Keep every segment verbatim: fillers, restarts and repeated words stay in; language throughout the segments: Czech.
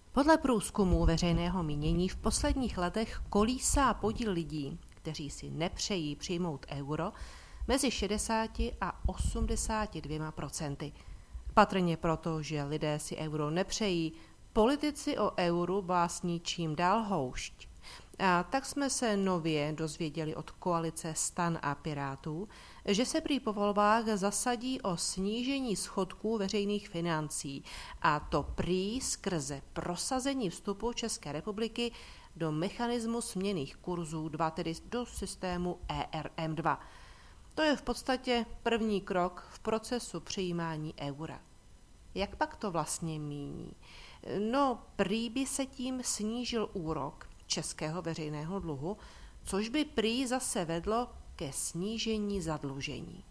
Podle průzkumu veřejného mínění v posledních letech kolísá podíl lidí, kteří si nepřejí přijmout euro, mezi šedesáti a osmdesáti dvěma procenty. Patrně proto, že lidé si euro nepřejí, politici o euru básní čím dál houšť. A tak jsme se nově dozvěděli od koalice STAN a Pirátů, že se prý po volbách zasadí o snížení schodků veřejných financí, a to prý skrze prosazení vstupu České republiky do mechanismu směnných kurzů dva, tedy do systému E R M dva. To je v podstatě první krok v procesu přijímání eura. Jak pak to vlastně míní? No, prý by se tím snížil úrok českého veřejného dluhu, což by prý zase vedlo ke snížení zadlužení.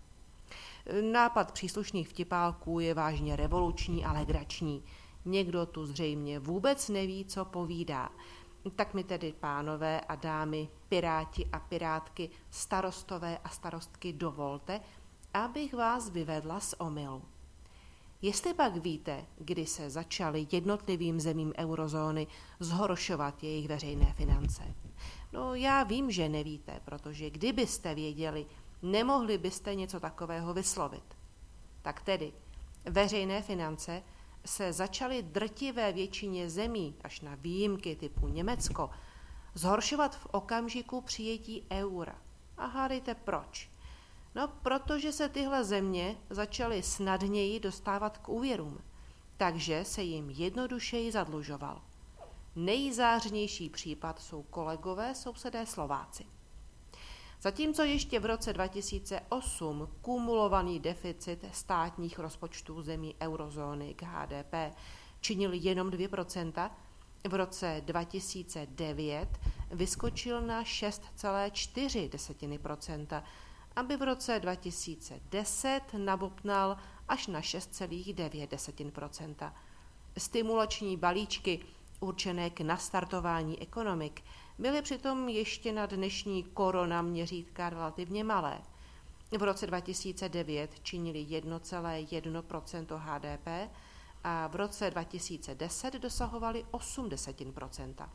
Nápad příslušných vtipálků je vážně revoluční a legrační. Někdo tu zřejmě vůbec neví, co povídá. Tak mi tedy, pánové a dámy, piráti a pirátky, starostové a starostky, dovolte, abych vás vyvedla z omylu. Jestli pak víte, kdy se začaly jednotlivým zemím eurozóny zhoršovat jejich veřejné finance? No, já vím, že nevíte, protože kdybyste věděli, nemohli byste něco takového vyslovit. Tak tedy, veřejné finance se začaly drtivé většině zemí, až na výjimky typu Německo, zhoršovat v okamžiku přijetí eura. A hádejte proč? No, protože se tyhle země začaly snadněji dostávat k úvěrům, takže se jim jednodušeji zadlužoval. Nejzářnější případ jsou kolegové sousedé Slováci. Zatímco ještě v roce dva tisíce osm kumulovaný deficit státních rozpočtů zemí eurozóny k H D P činil jenom dvě procenta, v roce dva tisíce devět vyskočil na šest celá čtyři procenta, aby v roce dva tisíce deset nabobtnal až na šest celá devět procenta. Stimulační balíčky určené k nastartování ekonomik byly přitom ještě na dnešní korona měřítka relativně malé. V roce dva tisíce devět činili jedna celá jedna procenta H D P a v roce dva tisíce deset dosahovali osm procent.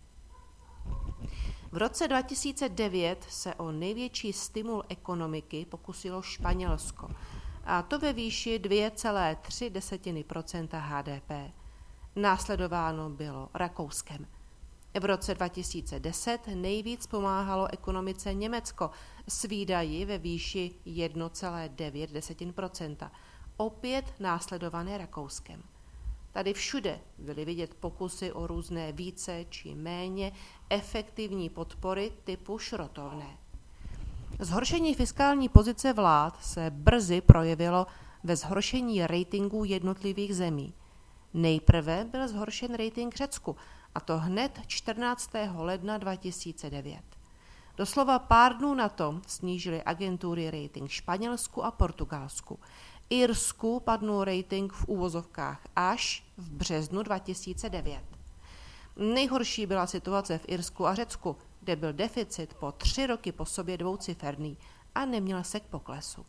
V roce dva tisíce devět se o největší stimul ekonomiky pokusilo Španělsko, a to ve výši dvě celá tři procenta H D P. Následováno bylo Rakouskem. V roce dva tisíce deset nejvíc pomáhalo ekonomice Německo s výdaji ve výši jedna celá devět procenta, opět následované Rakouskem. Tady všude byly vidět pokusy o různé více či méně efektivní podpory typu šrotovné. Zhoršení fiskální pozice vlád se brzy projevilo ve zhoršení ratingů jednotlivých zemí. Nejprve byl zhoršen rating Řecku, a to hned čtrnáctého ledna dva tisíce devět. Doslova pár dnů na to snížily agentury rating Španělsku a Portugalsku. Irsku padnul rating v úvozovkách až v březnu dva tisíce devět. Nejhorší byla situace v Irsku a Řecku, kde byl deficit po tři roky po sobě dvouciferný a neměl se k poklesu.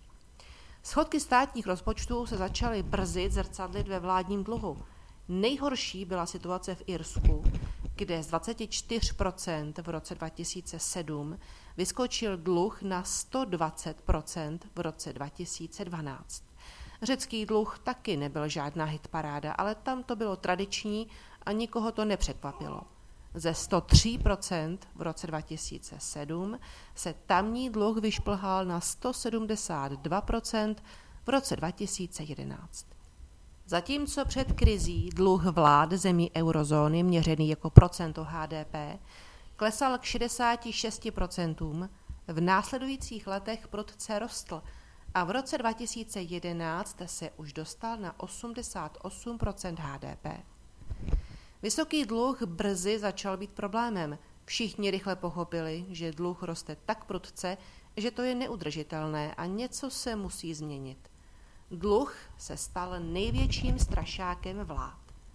Schodky státních rozpočtů se začaly brzy zrcadlit ve vládním dluhu. Nejhorší byla situace v Irsku, kde z dvacet čtyři procent v roce dva tisíce sedm vyskočil dluh na sto dvacet procent v roce dva tisíce dvanáct. Řecký dluh taky nebyl žádná hitparáda, ale tam to bylo tradiční a nikoho to nepřekvapilo. Ze sto tři procent v roce dva tisíce sedm se tamní dluh vyšplhal na sto sedmdesát dva procent v roce dva tisíce jedenáct. Zatímco před krizí dluh vlád zemí eurozóny měřený jako procento H D P klesal k šedesáti šesti procentům, v následujících letech prudce rostl a v roce dva tisíce jedenáct se už dostal na osmdesát osm procent H D P. Vysoký dluh brzy začal být problémem. Všichni rychle pochopili, že dluh roste tak prudce, že to je neudržitelné a něco se musí změnit. Dluh se stal největším strašákem vlád.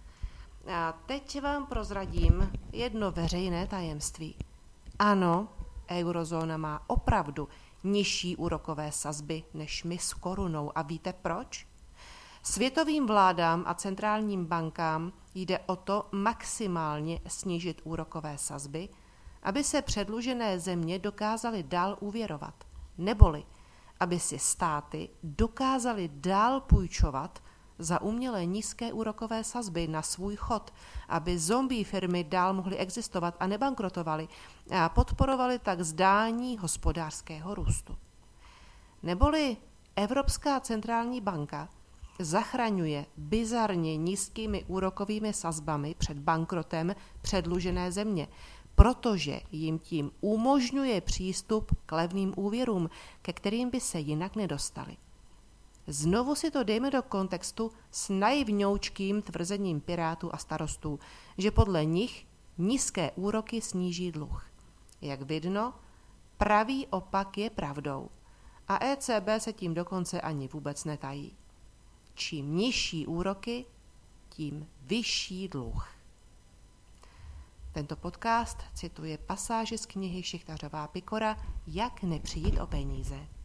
A teď vám prozradím jedno veřejné tajemství. Ano, eurozóna má opravdu nižší úrokové sazby než my s korunou. A víte proč? Světovým vládám a centrálním bankám jde o to maximálně snížit úrokové sazby, aby se předlužené země dokázaly dál úvěrovat, neboli aby si státy dokázaly dál půjčovat za umělé nízké úrokové sazby na svůj chod, aby zombie firmy dál mohly existovat a nebankrotovaly a podporovaly tak zdání hospodářského růstu. Neboli Evropská centrální banka zachraňuje bizarně nízkými úrokovými sazbami před bankrotem předlužené země, protože jim tím umožňuje přístup k levným úvěrům, ke kterým by se jinak nedostali. Znovu si to dejme do kontextu s naivňoučkým tvrzením pirátů a starostů, že podle nich nízké úroky sníží dluh. Jak vidno, pravý opak je pravdou a E C B se tím dokonce ani vůbec netají. Čím nižší úroky, tím vyšší dluh. Tento podcast cituje pasáže z knihy Šichtařová Pikora Jak nepřijít o peníze.